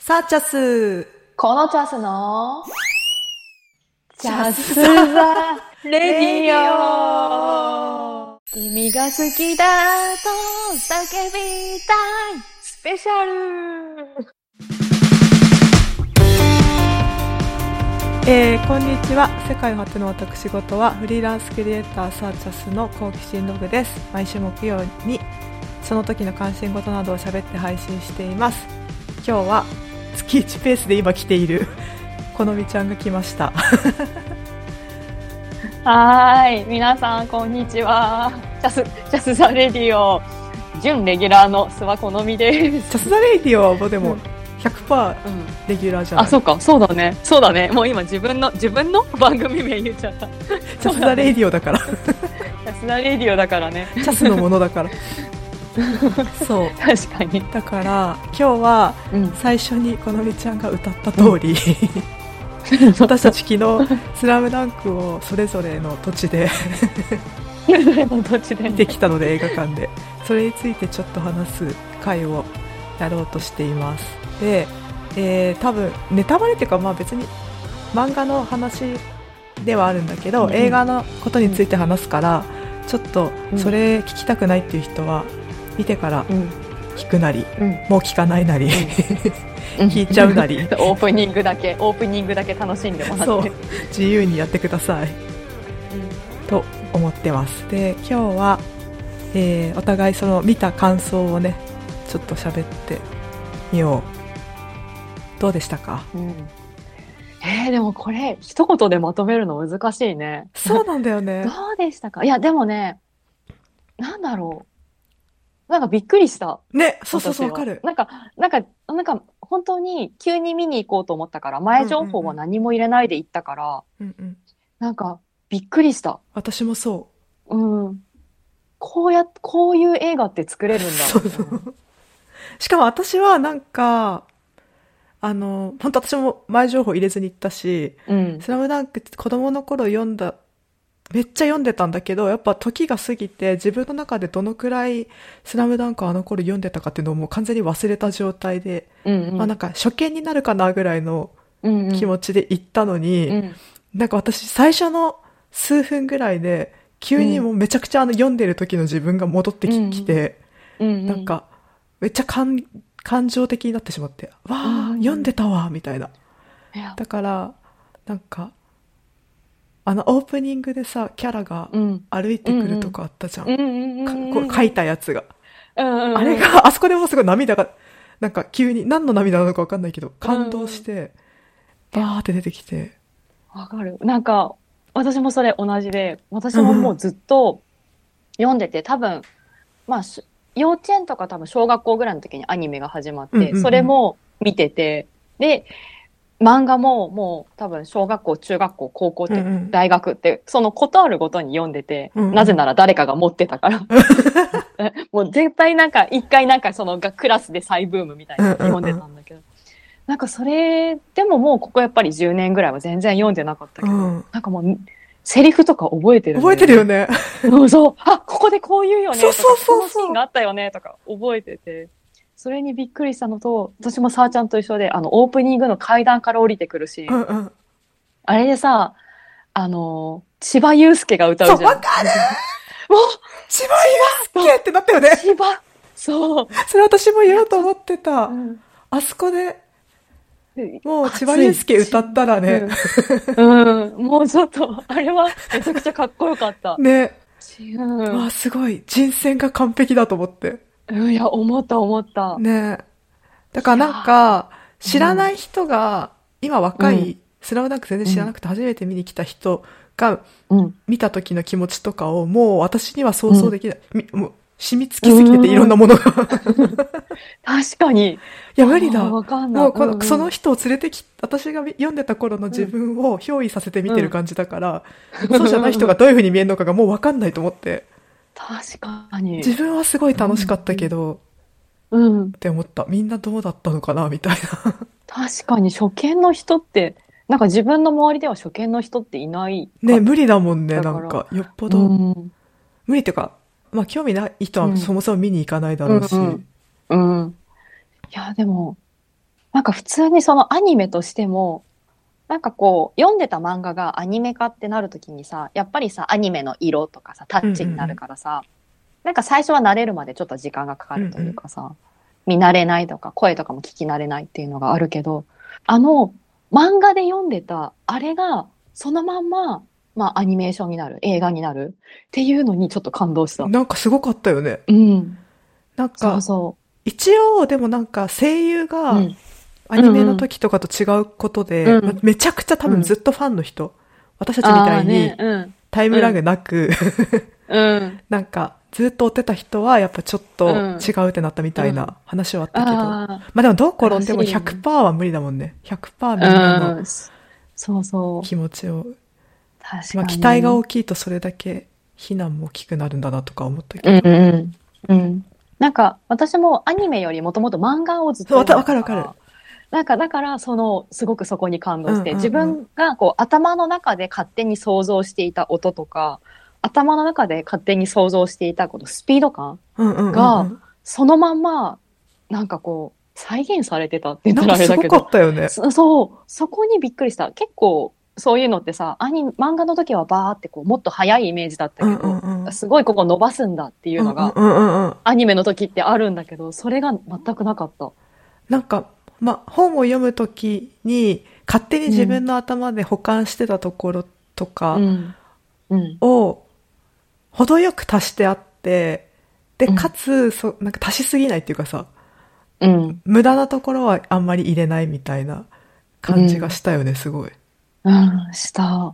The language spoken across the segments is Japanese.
サーチャス。 このチャスのチャスザレディオ。君が好きだと叫びたいスペシャル。 こんにちは。世界を果ての私事はフリーランスクリエイターサーチャスの好奇心ログです。毎週木曜にその時の関心事などを喋って配信しています。今日は月1ペースで今来ているこのみちゃんが来ました。 はい、皆さんこんにちは。チャスザレディオ準レギュラーの諏訪好みです。 チャスザレディオはもうでも 100% レギュラーじゃない、 あ、そうか、そうだね。もう今自分の番組名言っちゃった。 チャスザレディオだから。チャスザレディオだからね。 チャスのものだから。そう。 確かに。 だから今日は最初にこのみちゃんが歌った通り、私たち昨日スラムダンクをそれぞれの土地で見てきたので、映画館でそれについてちょっと話す回をやろうとしています。で、多分ネタバレっていうか、別に漫画の話ではあるんだけど、映画のことについて話すから、ちょっとそれ聞きたくないっていう人は見てから聞くなり、もう聞かないなり、聞いちゃうなり、 オープニングだけ楽しんでもらって、 そう自由にやってください、と思ってます。で、今日は、お互いその見た感想をね、ちょっと喋ってみよう。どうでしたか？ でもこれ一言でまとめるの難しいね。 そうなんだよね。 どうでしたか？いやでもね、なんだろう、なんかびっくりしたね。そうわかる。 なんか本当に急に見に行こうと思ったから、前情報は何も入れないで行ったから、なんかびっくりした。 私もそう。 こういう映画って作れるんだ。 そうしかも私はなんか本当私も前情報入れずに行ったし、スラムダンクって子供の頃めっちゃ読んでたんだけど、やっぱ時が過ぎて自分の中でどのくらいスラムダンクをあの頃読んでたかっていうのをもう完全に忘れた状態で、なんか初見になるかなぐらいの気持ちで行ったのに、なんか私最初の数分ぐらいで急にもうめちゃくちゃ読んでる時の自分が戻ってきて、なんかめっちゃ感情的になってしまって、わー、読んでたわみたいな。だからなんかオープニングでさ、キャラが歩いてくるとこあったじゃん。こう書いたやつが、あれがあそこでもすごい涙がなんか急に何の涙なのか分かんないけど感動してバーって出てきて。 わかる。なんか私もそれ同じで、私ももうずっと読んでて、多分幼稚園とか多分小学校ぐらいの時にアニメが始まって、それも見てて、で漫画ももう多分小学校、中学校、高校って、大学ってそのことあるごとに読んでて、なぜなら誰かが持ってたからもう絶対なんか一回なんかそのクラスで再ブームみたいなの読んでたんだけど、なんかそれでももうここやっぱり10年ぐらいは全然読んでなかったけど、なんかもうセリフとか覚えてる、 覚えてるよね。 そう、あ、ここでこう言うよねとか、このシーンがあったよねとか覚えてて、それにびっくりしたのと、私もさーちゃんと一緒で、オープニングの階段から降りてくるシーン、あれでさ、千葉雄介が歌うじゃん。 そう、わかる。もう千葉雄介ってなったよね。そう。それ私も言おうと思ってた。あそこでもう千葉雄介歌ったらね、 もうちょっとあれはめちゃくちゃかっこよかったね。わあ、すごい人選が完璧だと思って。 いや、思ったね。だからなんか知らない人が、今若いスラムダンク全然知らなくて初めて見に来た人が見た時の気持ちとかをもう私には想像できない。もう染み付きすぎてて、いろんなものが確かに。いや、無理だ。 わかんない。 もうその人を連れて私が読んでた頃の自分を憑依させて見てる感じだから、そうじゃない人がどういう風に見えるのかがもうわかんないと思って。 確かに。 自分はすごい楽しかったけど、って思った。みんなどうだったのかなみたいな。 確かに初見の人って、なんか自分の周りでは初見の人っていないね、無理だもんね。なんかよっぽど、無理っていうか、興味ない人はそもそも見に行かないだろうし。 いや、でもなんか普通にそのアニメとしても、なんかこう、読んでた漫画がアニメ化ってなるときにさ、やっぱりさ、アニメの色とかさ、タッチになるからさ、なんか最初は慣れるまでちょっと時間がかかるというかさ、見慣れないとか、声とかも聞き慣れないっていうのがあるけど、漫画で読んでた、あれが、そのまんま、まあ、アニメーションになる、映画になるっていうのにちょっと感動した。 なんかすごかったよね。 うん。 なんか、 そうそう。 一応、でもなんか声優が、アニメの時とかと違うことで、めちゃくちゃ多分ずっとファンの人、私たちみたいにタイムラグなく、なんかずっと追ってた人はやっぱちょっと違うってなったみたいな話はあったけど、まあでもどう転んでも 100% は無理だもんね。100% みんなのそうそう気持ちを。 確かに。 まあ期待が大きいとそれだけ非難も大きくなるんだなとか思ったけど。 なんか私もアニメよりもともと漫画をずっと読んでたから。 わかる。 なんかだからすごくそこに感動して、自分がこう頭の中で勝手に想像していた音とか、頭の中で勝手に想像していたこのスピード感がそのまんまなんかこう再現されてたって言ったらあれだけど、 すごかったよね。 そこにびっくりした。結構そういうのってさ、漫画の時はバーってこうもっと速いイメージだったけど、すごいここ伸ばすんだっていうのがアニメの時ってあるんだけど、それが全くなかった。 なんかまあ、本を読むときに勝手に自分の頭で保管してたところとかを程よく足してあって、で、かつ、なんか足しすぎないっていうかさ、無駄なところはあんまり入れないみたいな感じがしたよね、すごい。 した。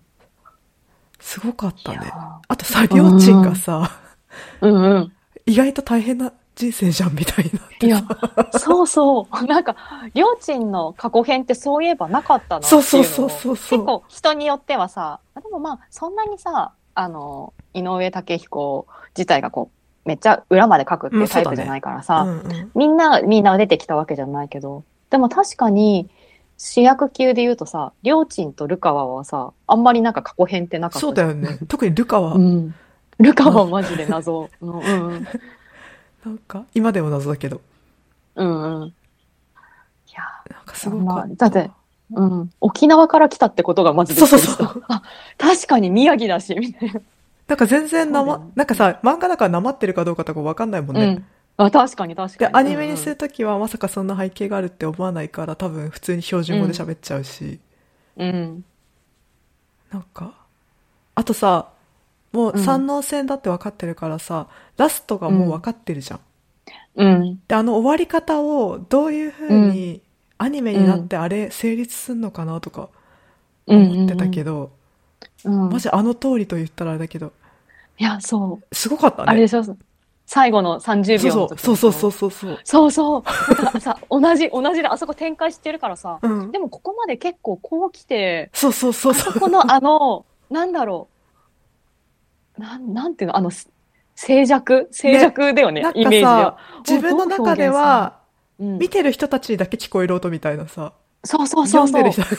すごかったね。あとさ、りょうちんがさ、意外と大変な人生じゃんみたいな。 いや、そうそう。なんか、りょーちんの過去編ってそういえばなかったなっていうのを。 そう。 結構人によってはさ、でもまあ、そんなにさ、井上武彦自体がこう、めっちゃ裏まで書くっていうタイプじゃないからさ、みんな出てきたわけじゃないけど、でも確かに、主役級で言うとさ、りょーちんとルカワはさ、あんまりなんか過去編ってなかった。 そうだよね。特にルカワ。 ルカワマジで謎。 なんか、今でも謎だけど。 いや、 なんかすごかった。 だって、沖縄から来たってことがまずびっくりした。そう。あ、確かに宮城だし、みたいな。 なんか全然なんかさ、漫画だからなまってるかどうかとかわかんないもんね。 確かに。で、 アニメにするときはまさかそんな背景があるって思わないから多分普通に標準語で喋っちゃうし。なんか、あとさ、もう三能線だって分かってるからさ、ラストがもう分かってるじゃん。で、終わり方をどういう風にアニメになってあれ成立すんのかなとか思ってたけど、マジ通りと言ったらあれだけど。 いや、そう。 すごかったね。 あれでしょ、最後の30秒の時。そう。だからさ、同じであそこ展開してるからさ、でもここまで結構こう来て、 そう。 あそこのなんだろう。なんていうの、静寂だよね、イメージは。 自分の中では、見てる人たちにだけ聞こえる音みたいなさ。 そう。 読んでる人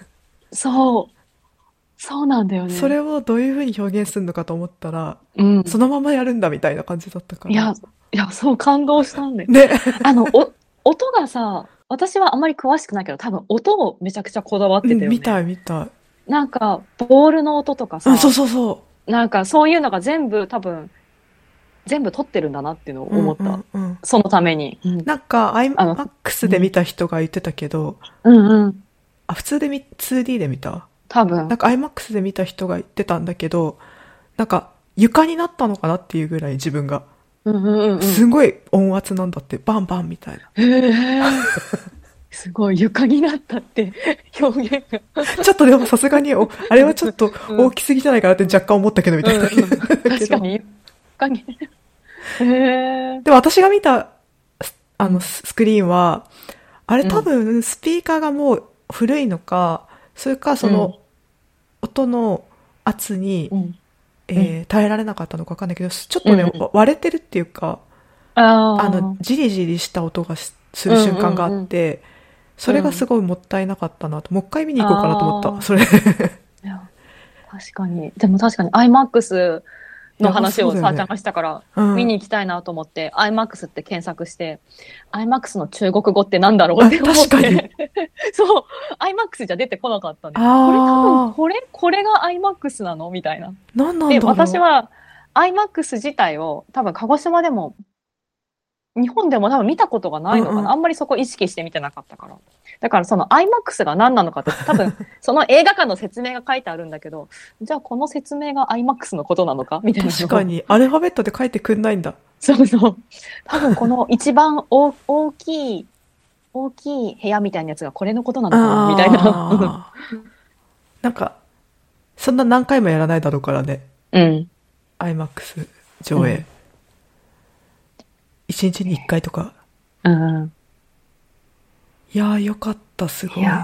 そうなんだよね。 それをどういう風に表現するのかと思ったら、そのままやるんだみたいな感じだったから。 いや、そう感動したんだよ。 ね。 音がさ、私はあまり詳しくないけど、多分音をめちゃくちゃこだわってたよね。 見たい。 なんか、ボールの音とかさ、 そう。 なんかそういうのが全部撮ってるんだなっていうのを思った。そのために。 なんか、IMAX で見た人が言ってたけど、普通で2D で見た？ 多分。 なんか IMAX で見た人が言ってたんだけど、なんか床になったのかなっていうぐらい自分が。すごい音圧なんだって、バンバンみたいな。 すごい床になったって表現が。 ちょっとでもさすがに、あれはちょっと大きすぎじゃないかなって若干思ったけどみたいな。 確かに。 でも私が見た、スクリーンは、あれ多分スピーカーがもう古いのか、それかその音の圧に、耐えられなかったのか分かんないけど、ちょっとね、割れてるっていうか、ジリジリした音がする瞬間があって、それがすごいもったいなかったなと、もう一回見に行こうかなと思った、それ。 いや確かに。でも確かに IMAX の話をいやさあちゃんがしたから、見に行きたいなと思って、IMAX って検索して、IMAX の中国語ってなんだろうって思って。 確かに。 そう、IMAX じゃ出てこなかったね。これ多分、これが IMAX なのみたいな。 なんなんだろう。 で、私は IMAX 自体を多分鹿児島でも、日本でも多分見たことがないのかな、あんまりそこ意識して見てなかったから。だからその IMAX が何なのかって多分その映画館の説明が書いてあるんだけど、じゃあこの説明が IMAX のことなのかみたいな。 確かに。アルファベットで書いてくんないんだ。 そうそう。多分この一番大きい部屋みたいなやつがこれのことなのかなみたいな。 なんか、そんな何回もやらないだろうからね。 うん。 IMAX 上映。一日に一回とか。 うん。 いやーよかった、すごい。 いや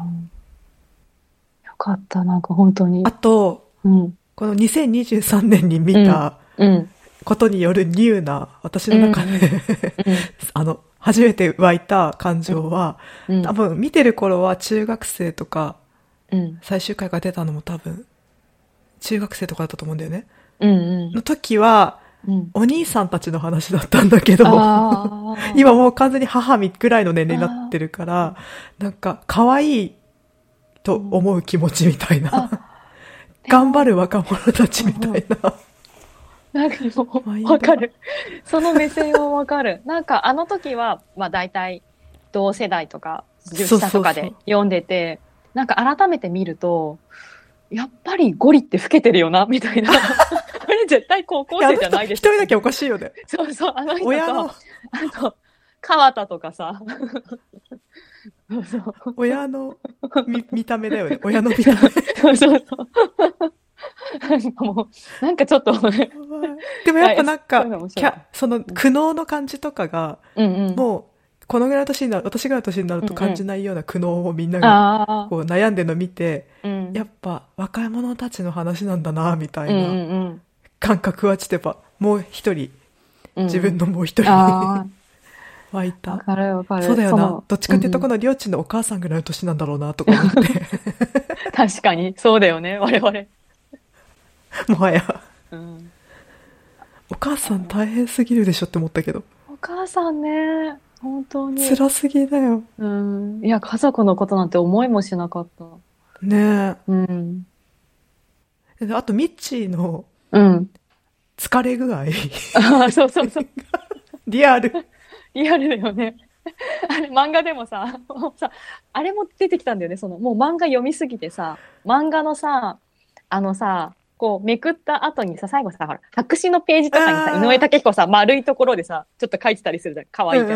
よかった、なんか本当に。 あと、この2023年に見たことによるニューな、私の中で初めて湧いた感情は、多分見てる頃は中学生とか、最終回が出たのも多分、中学生とかだったと思うんだよね。の時は、お兄さんたちの話だったんだけど、今もう完全に母ぐらいの年齢になってるから、なんか可愛いと思う気持ちみたいな、頑張る若者たちみたいな。 なんかもう、わかる。その目線はわかる。なんかあの時は、まあ大体同世代とか、10歳とかで読んでて、なんか改めて見ると、やっぱりゴリって老けてるよな、みたいな。あれ絶対高校生じゃないですか。一人だけおかしいよね。 そうそう、あの人と、川田とかさ。 そうそう。親の見た目だよね。親の見た目。 そうそうそう。なんかもう、なんかちょっと、 でもやっぱなんか、その苦悩の感じとかが、もう、このぐらいの年になる、私ぐらいの年になると感じないような苦悩をみんながこう悩んでるのを見て、やっぱ若者たちの話なんだな、みたいな感覚はちょっとやっぱもう一人、自分のもう一人湧いた。 わかるわかる。 そうだよな。どっちかっていうとこのりょうちんのお母さんぐらいの年なんだろうな、とか思って。 確かに、そうだよね、我々。 もはや。お母さん大変すぎるでしょって思ったけど。 お母さんね。本当に。 辛すぎだよ。 いや、家族のことなんて思いもしなかった。 ねえ。あと、ミッチーの、疲れ具合。 そうそうそう。 リアル。 リアルだよね。あれ、漫画でもさ、あれも出てきたんだよね。もう漫画読みすぎてさ、漫画のさ、こうめくった後にさ、最後さ、ほら、白紙のページとかにさ、井上武彦さ、丸いところでさ、ちょっと書いてたりするじゃん。可愛いから。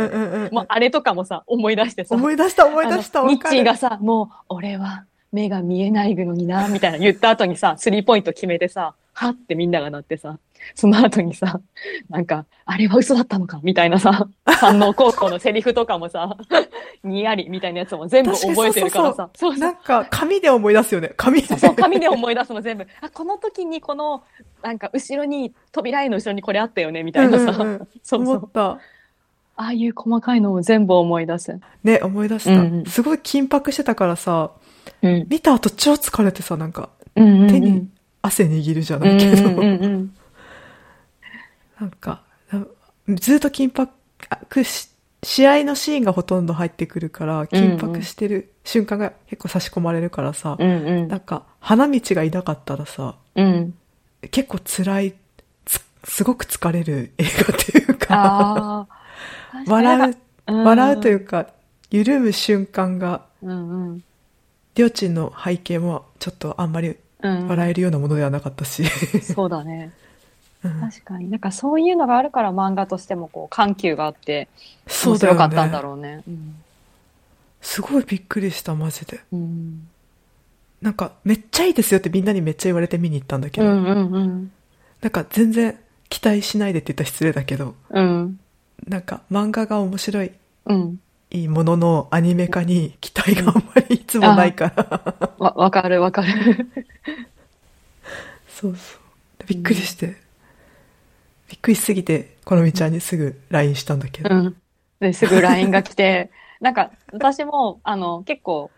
もうあれとかもさ、思い出してさ。 思い出した。 ミッチーがさ、もう、俺は目が見えないのにな、みたいな言った後にさ、スリーポイント決めてさ、はってみんながなってさ、その後にさ、なんか、あれは嘘だったのかみたいなさ、山王高校のセリフとかもさ、にやりみたいなやつも全部覚えてるからさ。 そうなんか、紙で思い出すよね。紙で。 そう、紙で思い出すの全部。あ、この時にこの、なんか、後ろに、扉絵の後ろにこれあったよね、みたいなさ。 そう思った。 ああいう細かいのを全部思い出す。 ね、思い出した。すごい緊迫してたからさ、見た後超疲れてさ、なんか、手に汗握るじゃないけど。なんか、ずっと緊迫試合のシーンがほとんど入ってくるから、緊迫してる瞬間が結構差し込まれるからさ、なんか、花道がいなかったらさ、結構辛い、すごく疲れる映画っていうか、笑うというか、緩む瞬間が、りょうちんの背景もちょっとあんまり笑えるようなものではなかったし。 そうだね。確かに。なんかそういうのがあるから漫画としてもこう緩急があって面白かったんだろうね。 すごいびっくりした、マジで。なんかめっちゃいいですよってみんなにめっちゃ言われて見に行ったんだけど、なんか全然期待しないでって言ったら失礼だけど、なんか漫画が面白い、いいもののアニメ化に期待があんまりいつもないから。 わかるわかる。 そうそう。びっくりして。びっくりしすぎて、このみちゃんにすぐ LINE したんだけど。 で、すぐ LINE が来て、なんか、私も、結構、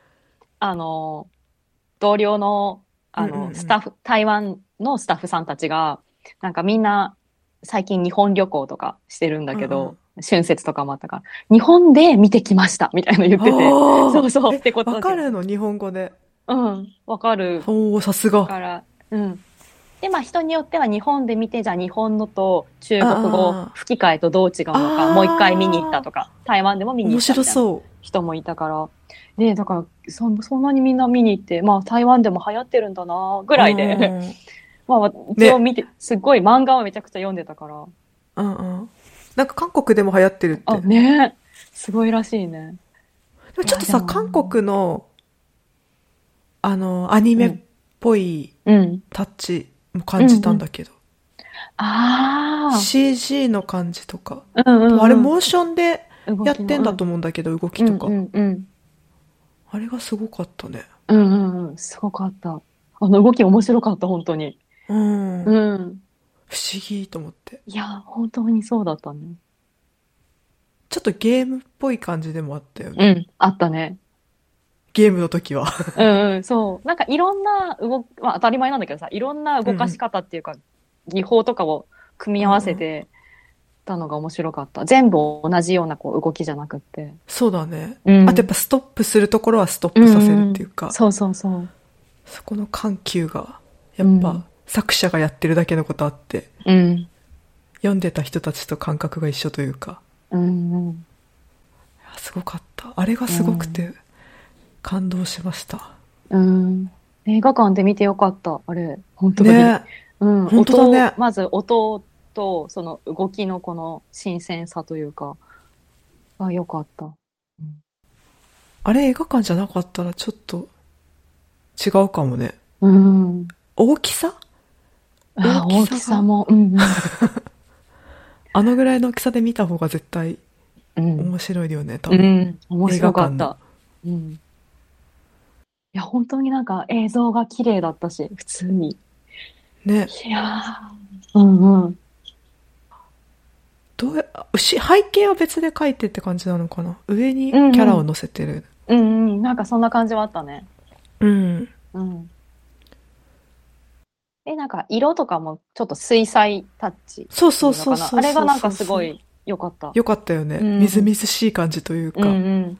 同僚の、スタッフ、台湾のスタッフさんたちが、 なんかみんな最近日本旅行とかしてるんだけど、春節とかもあったから、日本で見てきましたみたいなの言ってて。そうそう。ってことわかるの日本語で。 うん。わかる。 おー、さすが。 だから、うん。で、まあ人によっては日本で見て、じゃあ日本のと中国語吹き替えとどう違うのか、もう一回見に行ったとか、台湾でも見に行ったみたいな人もいたから。で、だからそんなにみんな見に行って、まあ台湾でも流行ってるんだなぐらいで、まあ一応見て、すっごい漫画はめちゃくちゃ読んでたから。 うんうん。なんか韓国でも流行ってるって。 あ、ね、すごいらしいね。 でもちょっとさ、韓国の、アニメっぽいタッチも感じたんだけど。 ああ。 CG の感じとか。あれ、モーションでやってんだと思うんだけど、動きとか。あれがすごかったね。 すごかった。動き面白かった、本当に。 不思議と思って。 いや、本当にそうだったね。 ちょっとゲームっぽい感じでもあったよね。 あったね。 ゲームの時は。 そう。なんかいろんなまあ当たり前なんだけどさ、いろんな動かし方っていうか、技法とかを組み合わせてたのが面白かった。全部同じような動きじゃなくって。 そうだね。あとやっぱストップするところはストップさせるっていうか。 そうそうそう。 そこの緩急が、やっぱ作者がやってるだけのことあって、読んでた人たちと感覚が一緒というか。すごかった。あれがすごくて、感動しました。 映画館で見てよかった。あれ、本当に。 ね。本当だね。 まず音と、その動きのこの新鮮さというか、よかった。 あれ映画館じゃなかったらちょっと違うかもね。大きさ大きさも。あのぐらいの大きさで見た方が絶対面白いよね、多分。 面白かった。いや、本当になんか映像が綺麗だったし、普通に。 ね。 いやー。 背景は別で描いてって感じなのかな。上にキャラを乗せてる。 なんかそんな感じはあったね。なんか色とかもちょっと水彩タッチ。 そうそうそうそう。 あれがなんかすごい良かった。 良かったよね。みずみずしい感じというか。面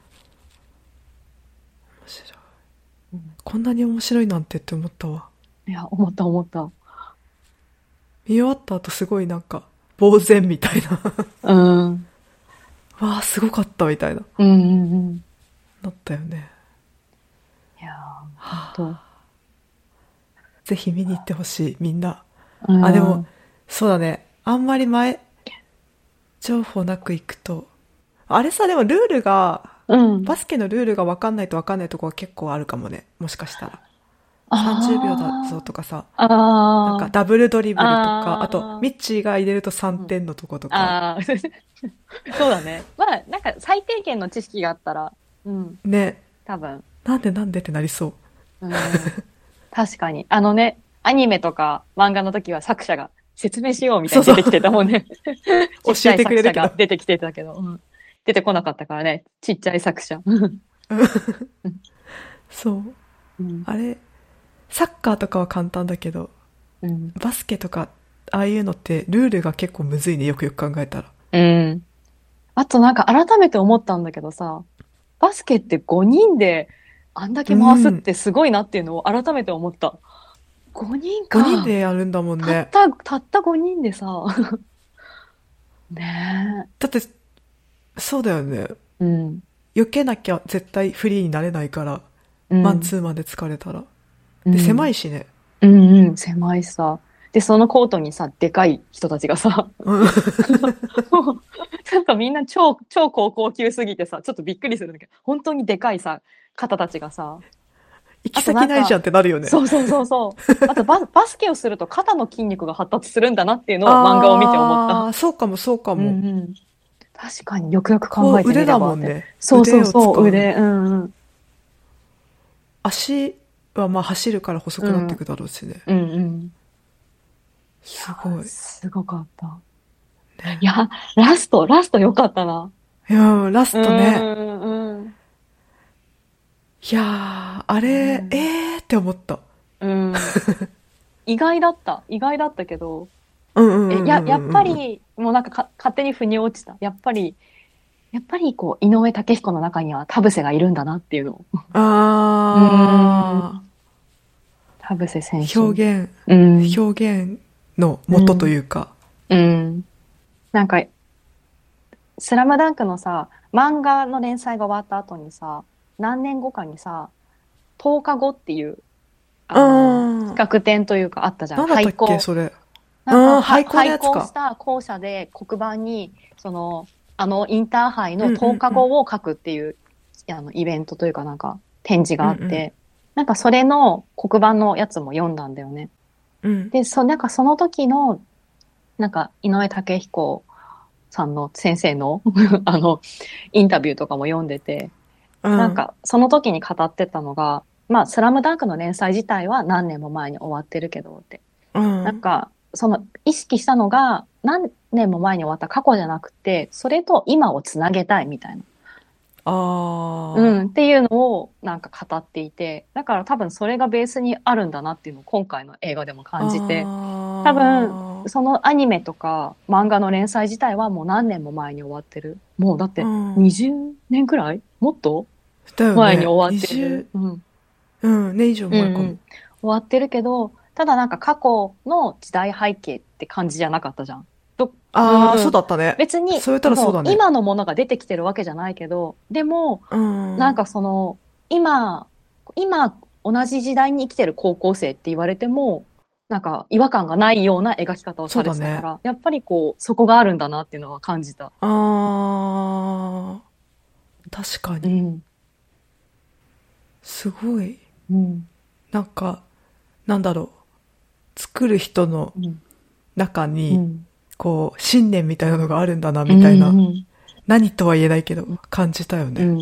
白い。こんなに面白いなんてって思ったわ。 いや、思った。 見終わった後すごいなんか、呆然みたいな。わあ、すごかったみたいな。なったよね。 いやー、本当。 ぜひ見に行ってほしい、みんな。でも、そうだね。あんまり情報なく行くと。あれさ、でもルールが、バスケのルールが分かんないと分かんないところは結構あるかもね。もしかしたら。30秒だぞとかさ。なんかダブルドリブルとか、あと、ミッチーが入れると3点のとことか。 そうだね。まあ、なんか最低限の知識があったら、 ね。 多分。 なんでってなりそう。 確かに。アニメとか漫画の時は作者が説明しようみたいに出てきてたもんね。 教えてくれるけど。 出てきてたけど、出てこなかったからね。ちっちゃい作者。 そう。あれ、サッカーとかは簡単だけど、バスケとか、ああいうのってルールが結構むずいね、よくよく考えたら。 あとなんか改めて思ったんだけどさ、バスケって5人であんだけ回すってすごいなっていうのを改めて思った。5人か。 5人でやるんだもんね。 たった5人でさ。ねえ。 だって、そうだよね。避けなきゃ絶対フリーになれないから、マンツーマンで疲れたら。で、狭いしね。 狭いさ。で、そのコートにさ、でかい人たちがさ、ちょっとみんな超高校級すぎてさ、ちょっとびっくりするんだけど、本当にでかいさ、方たちがさ、 行き先ないじゃんってなるよね。 そう。あとバスケをすると肩の筋肉が発達するんだなっていうのを漫画を見て思った。 ああ、そうかも。 確かによくよく考えてみれば。 腕だもんね。 そう、腕。 足はまあ走るから細くなっていくだろうしね。すごい。 すごかった。いや、ラストよかったな。 いやラストね。いやあれ、って思った。 意外だったけど。 やっぱり、もうなんか勝手に腑に落ちた。やっぱりこう、井上武彦の中には田臥がいるんだなっていうのを。 あ田臥選手。 表現、表現の元というか。 なんか、スラムダンクのさ、漫画の連載が終わった後にさ、何年後かにさ、10日後っていう、企画展というかあったじゃん。 何だったっけ、それ。 なんか、 廃校のやつか。 廃校した校舎で黒板に、インターハイの10日後を書くっていう、イベントというかなんか展示があって、なんかそれの黒板のやつも読んだんだよね。で、なんかその時の、なんか井上武彦さんの先生のインタビューとかも読んでて、なんかその時に語ってたのが、まあ、スラムダンクの連載自体は何年も前に終わってるけどって。なんか、意識したのが、何年も前に終わった過去じゃなくて、それと今をつなげたいみたいな。っていうのをなんか語っていて、だから多分それがベースにあるんだなっていうのを今回の映画でも感じて、多分そのアニメとか漫画の連載自体はもう何年も前に終わってる。もうだって20年くらいもっと前に終わってる。 年以上前かも。 終わってるけど、ただなんか過去の時代背景って感じじゃなかったじゃん。 そうだったね。 別に、 そう言ったらそうだね。 今のものが出てきてるわけじゃないけど、でも、なんか今、同じ時代に生きてる高校生って言われても、なんか違和感がないような描き方をされてたから、やっぱりこう、そこがあるんだなっていうのは感じた。 確かに。すごい。なんか、なんだろう。作る人の中に、こう、信念みたいなのがあるんだな、みたいな。何とは言えないけど、感じたよね。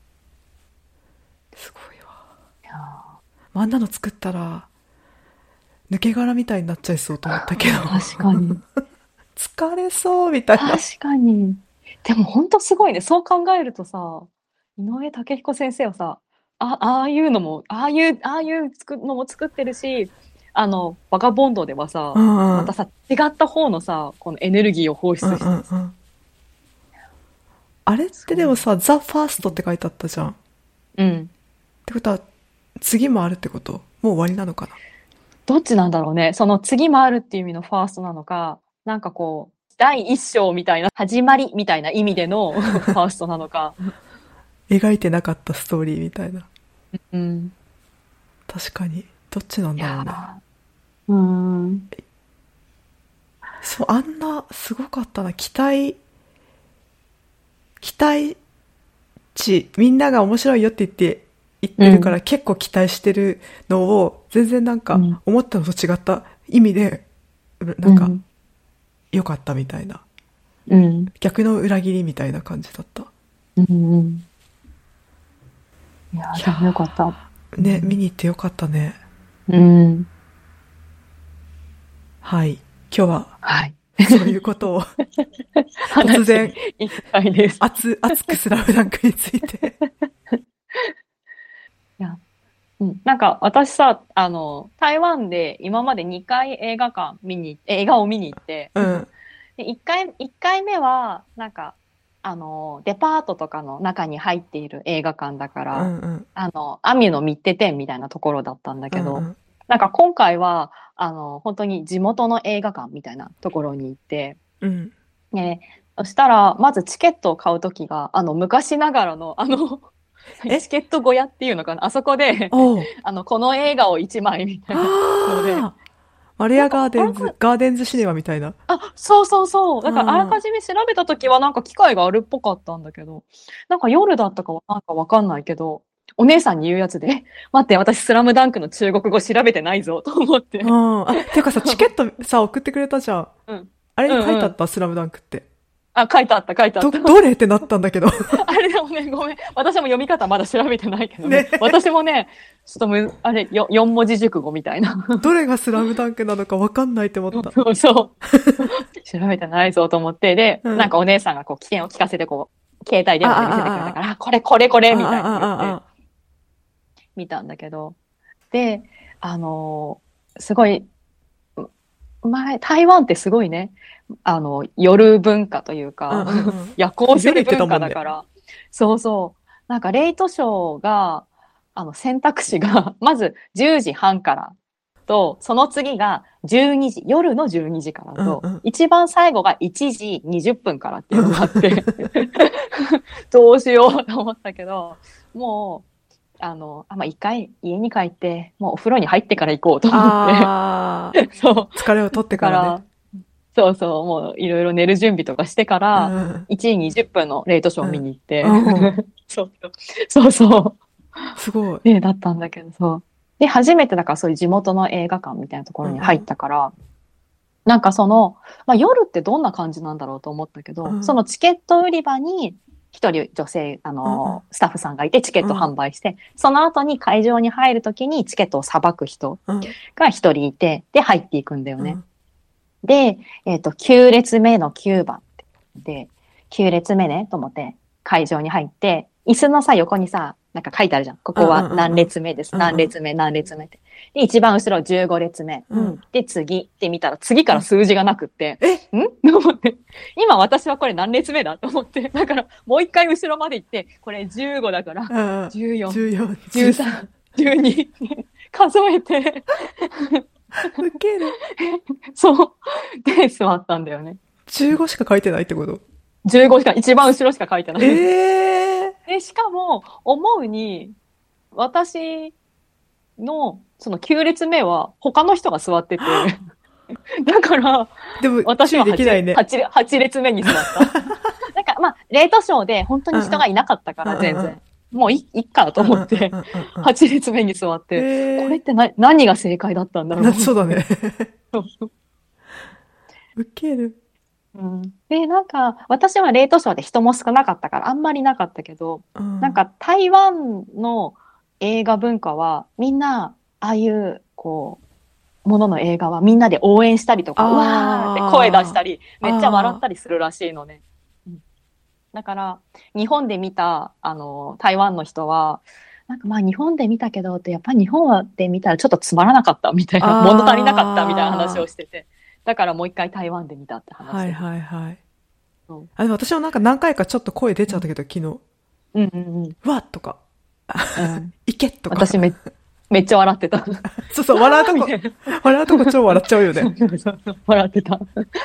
すごいわ。あんなの作ったら、抜け殻みたいになっちゃいそうと思ったけど。 確かに。 疲れそう、みたいな。 確かに。でも本当すごいね。そう考えるとさ、井上武彦先生はさ、ああいうのものも作ってるし、バカボンドではさ、またさ、違った方のさ、このエネルギーを放出して。 あれってでもさ、ザ・ファーストって書いてあったじゃん。ってことは、次もあるってこと？もう終わりなのかな？ どっちなんだろうね。その次もあるっていう意味のファーストなのか、なんかこう、第一章みたいな、始まりみたいな意味でのファーストなのか。 描いてなかったストーリーみたいな。確かに。どっちなんだろうね。そう、あんな、すごかったな。期待値、みんなが面白いよって言ってるから結構期待してるのを、全然なんか、思ったのと違った意味で、なんか、良かったみたいな。逆の裏切りみたいな感じだった。 いや、でもよかった。 ね、見に行ってよかったね。はい。今日は、そういうことを、突然、熱くスラムダンクについて。 いや、なんか私さ、台湾で今まで2回映画を見に行って、で1回目は、なんか、デパートとかの中に入っている映画館だから、アミュのミッテ店みたいなところだったんだけど、なんか今回は、本当に地元の映画館みたいなところに行って、そしたら、まずチケットを買うときが、昔ながらの、チケット小屋っていうのかな、あそこで、この映画を1枚みたいなので、 マリアガーデンズシネマみたいな。 そうそうそう。だからあらかじめ調べたときはなんか機会があるっぽかったんだけど、なんか夜だったかはなんかわかんないけど、お姉さんに言うやつで、待って、私スラムダンクの中国語調べてないぞ、と思って。 ていうかさ、チケットさ、送ってくれたじゃん。あれに書いてあった、スラムダンクって。 書いてあった。 どれってなったんだけど。 あれでもね、ごめん。私も読み方まだ調べてないけどね。私もね、ちょっと4文字熟語みたいな。 どれがスラムダンクなのかわかんないって思った。 そう。調べてないぞと思って、で、なんかお姉さんがこう、起点を聞かせてこう、携帯電話で見せてくれたから、これ、みたいな言って、見たんだけど。で、すごい、 台湾ってすごいね、夜文化というか、夜行性文化だから、そうそう。なんか、レイトショーが、選択肢が、まず10時半からと、その次が12時、夜の12時からと、一番最後が1時20分からっていうのがあって、どうしようと思ったけど、もう、一回家に帰って、もうお風呂に入ってから行こうと思って。 そう。疲れを取ってからね。 そうそう、もういろいろ寝る準備とかしてから、1時20分のレイトショーを見に行って。そうそう。 すごい。 だったんだけど、そう。で、初めてだからそういう地元の映画館みたいなところに入ったから、なんか夜ってどんな感じなんだろうと思ったけど、そのチケット売り場に、一人女性、スタッフさんがいてチケット販売して、その後に会場に入るときにチケットをさばく人が一人いて、で、入っていくんだよね。で、9列目の9番で、9列目ね、と思って、会場に入って、椅子のさ、横にさ、なんか書いてあるじゃん。ここは何列目です。何列目、何列目って。で、一番後ろ15列目。で、次って見たら、次から数字がなくって、と思って、今私はこれ何列目だと思って、だからもう一回後ろまで行って、これ15だから、14、13、12数えて、 ウケる。 そう。で、座ったんだよね。 15しか書いてないってこと ?15 しか、一番後ろしか書いてない。 で、 しかも、思うに、私の、その9列目は他の人が座ってて、だから、 でも私は 8列目に座った。なんか、レートショーで本当に人がいなかったから、全然。もういっかと思って、8列目に座って、これって何が正解だったんだろう。 そうだね。ウケる。 で、なんか、私はレートショーで人も少なかったから、あんまりなかったけど、なんか台湾の映画文化は、みんな、ああいう、ものの映画はみんなで応援したりとか、うわーって声出したり、めっちゃ笑ったりするらしいのね。だから、日本で見た、台湾の人は、なんか日本で見たけどって、やっぱり日本で見たらちょっとつまらなかったみたいな、物足りなかったみたいな話をしてて。だからもう一回台湾で見たって話。 はいはいはい。でも私もなんか何回かちょっと声出ちゃったけど、昨日。わっとか。いけとか。 私めっちゃ笑ってた。 そう、笑うとこ超笑っちゃうよね。 笑ってた。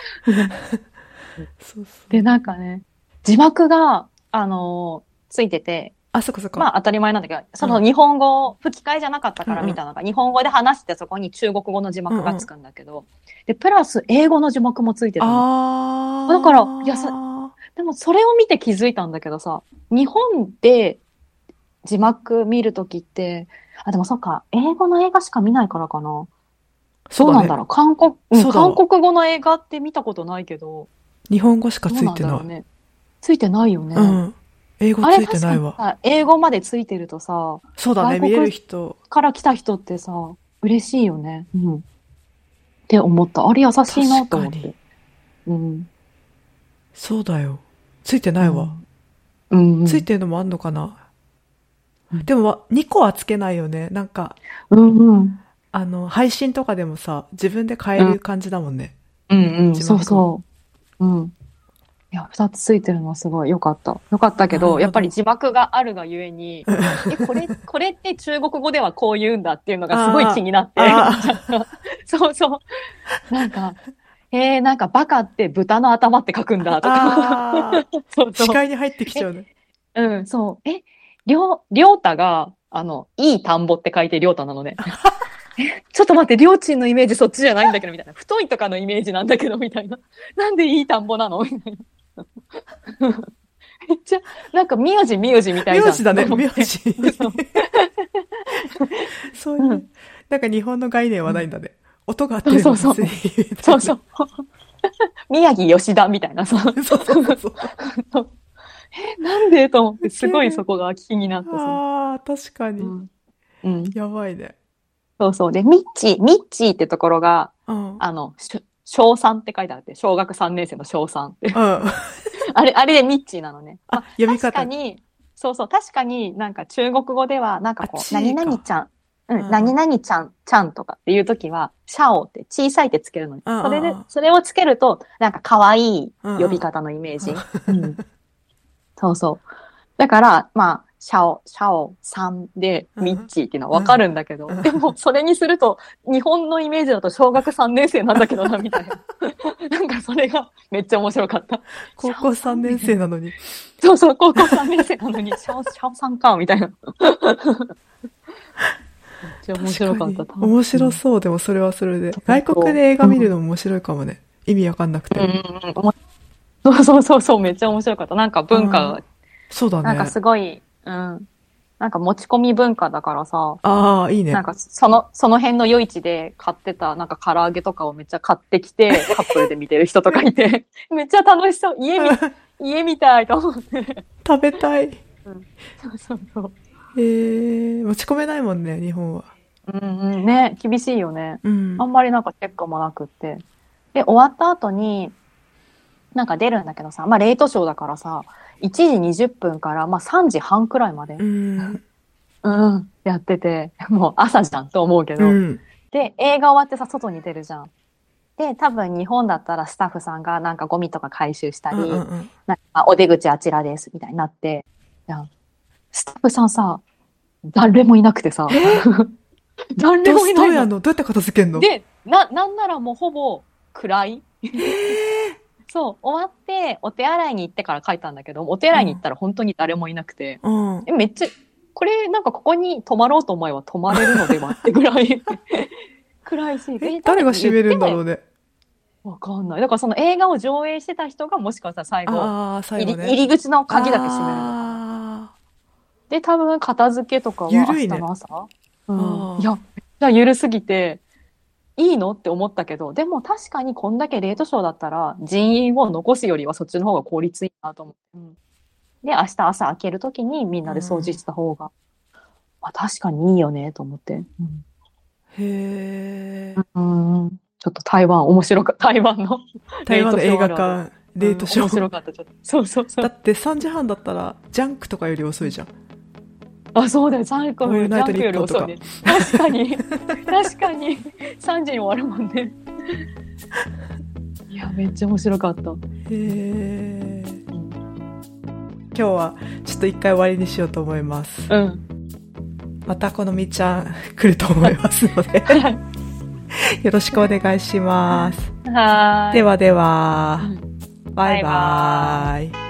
で、なんかね、字幕が、ついてて、 そこそこ。 当たり前なんだけど、その日本語、吹き替えじゃなかったから見たのが、日本語で話してそこに中国語の字幕がつくんだけど、で、プラス英語の字幕もついてたの。だから、でもそれを見て気づいたんだけどさ、日本で字幕見るときって、でもそっか、英語の映画しか見ないからかな。そうなんだろう。韓国語の映画って見たことないけど。 日本語しかついてない。 ね、ついてないよね。 英語ついてないわ。 英語までついてるとさ、 そうだね、見れる人。 から来た人ってさ、嬉しいよね。って思った。あれ優しいなと思って。 そうだよ。ついてないわ。ついてるのもあんのかな。でも、2個はつけないよね。なんか、配信とかでもさ、自分で変える感じだもんね。 そうそう。いや、2つついてるのはすごい良かった。良かったけど、やっぱり字幕があるがゆえに、これって中国語ではこう言うんだっていうのがすごい気になって。そうそう。なんか、なんかバカって豚の頭って書くんだとか。 視界に入ってきちゃうね。 そう。りょうたが、いい田んぼって書いてりょうたなのね。ちょっと待って、りょうちんのイメージそっちじゃないんだけど、みたいな。太いとかのイメージなんだけど、みたいな。なんでいい田んぼなのみたいな。めっちゃ、なんか名字みたいな。 名字だね、名字。そういう、なんか日本の概念はないんだね。音があってるそうそう。宮城吉田みたいな。そう。なんでと思って、すごいそこが気になった。 確かに。やばいね。 そうそう。で、ミッチーってところが、小3って書いてあって、小学3年生の小3って。あれでミッチーなのね。 読み方。 確かになんか中国語では、なんか何々ちゃん、 何々ちゃんとかっていうときは、シャオって小さいってつけるのに。それをつけると、なんか可愛い呼び方のイメージ。そうそう。だから、まあ、シャオさんでミッチーっていうのはわかるんだけど、でもそれにすると、日本のイメージだと小学3年生なんだけどな、みたいな。なんかそれがめっちゃ面白かった。 高校3年生なのに。 そうそう、高校3年生なのに、シャオさんか、みたいな。めっちゃ面白かった。 面白そう、でもそれはそれで。外国で映画見るのも面白いかもね。意味わかんなくて。 そう、めっちゃ面白かった。なんか文化が。 そうだね。 なんかすごい、なんか持ち込み文化だからさ。 ああ、いいね。 なんかその辺の夜市で買ってた、なんか唐揚げとかをめっちゃ買ってきて、カップルで見てる人とかいて、めっちゃ楽しそう。家みたいと思って。 食べたい。 そう。 持ち込めないもんね、日本は。 ね、厳しいよね。あんまりなんかチェックもなくって。で、終わった後に、なんか出るんだけどさ、まあレートショーだからさ、1時20分からまあ3時半くらいまで、やってて、もう朝じゃんと思うけど、で、映画終わってさ、外に出るじゃん。で、多分日本だったらスタッフさんがなんかゴミとか回収したり、なんかお出口あちらです、みたいになって、スタッフさんさ、誰もいなくてさ、誰もいないの。 どうやって片付けんの？ で、なんならもうほぼ暗い。そう、終わってお手洗いに行ってから帰ったんだけど、お手洗いに行ったら本当に誰もいなくて、めっちゃ、これなんかここに泊まろうと思えば泊まれるのではってぐらい暗いし、 誰が閉めるんだろうね。 わかんない。だからその映画を上映してた人がもしかしたら最後、 ね、 入り口の鍵だけ閉めるのか。で、多分片付けとかは明日の朝。いや、めっちゃ緩すぎて、いいのって思ったけど、でも確かにこんだけレートショーだったら人員を残すよりはそっちの方が効率いいなと思って。で、明日朝開けるときにみんなで掃除した方が、まあ確かにいいよねと思って。 へー。 ちょっと台湾の映画館、レートショー。 面白かった、ちょっと。そう。 だって3時半だったらジャンクとかより遅いじゃん。 あ、そうだよ。ジャンクより遅いね。確かに。3時に終わるもんね。いや、めっちゃ面白かった。 へー。今日はちょっと一回終わりにしようと思います。またこのみちゃん来ると思いますので。よろしくお願いします。ではでは、バイバーイ。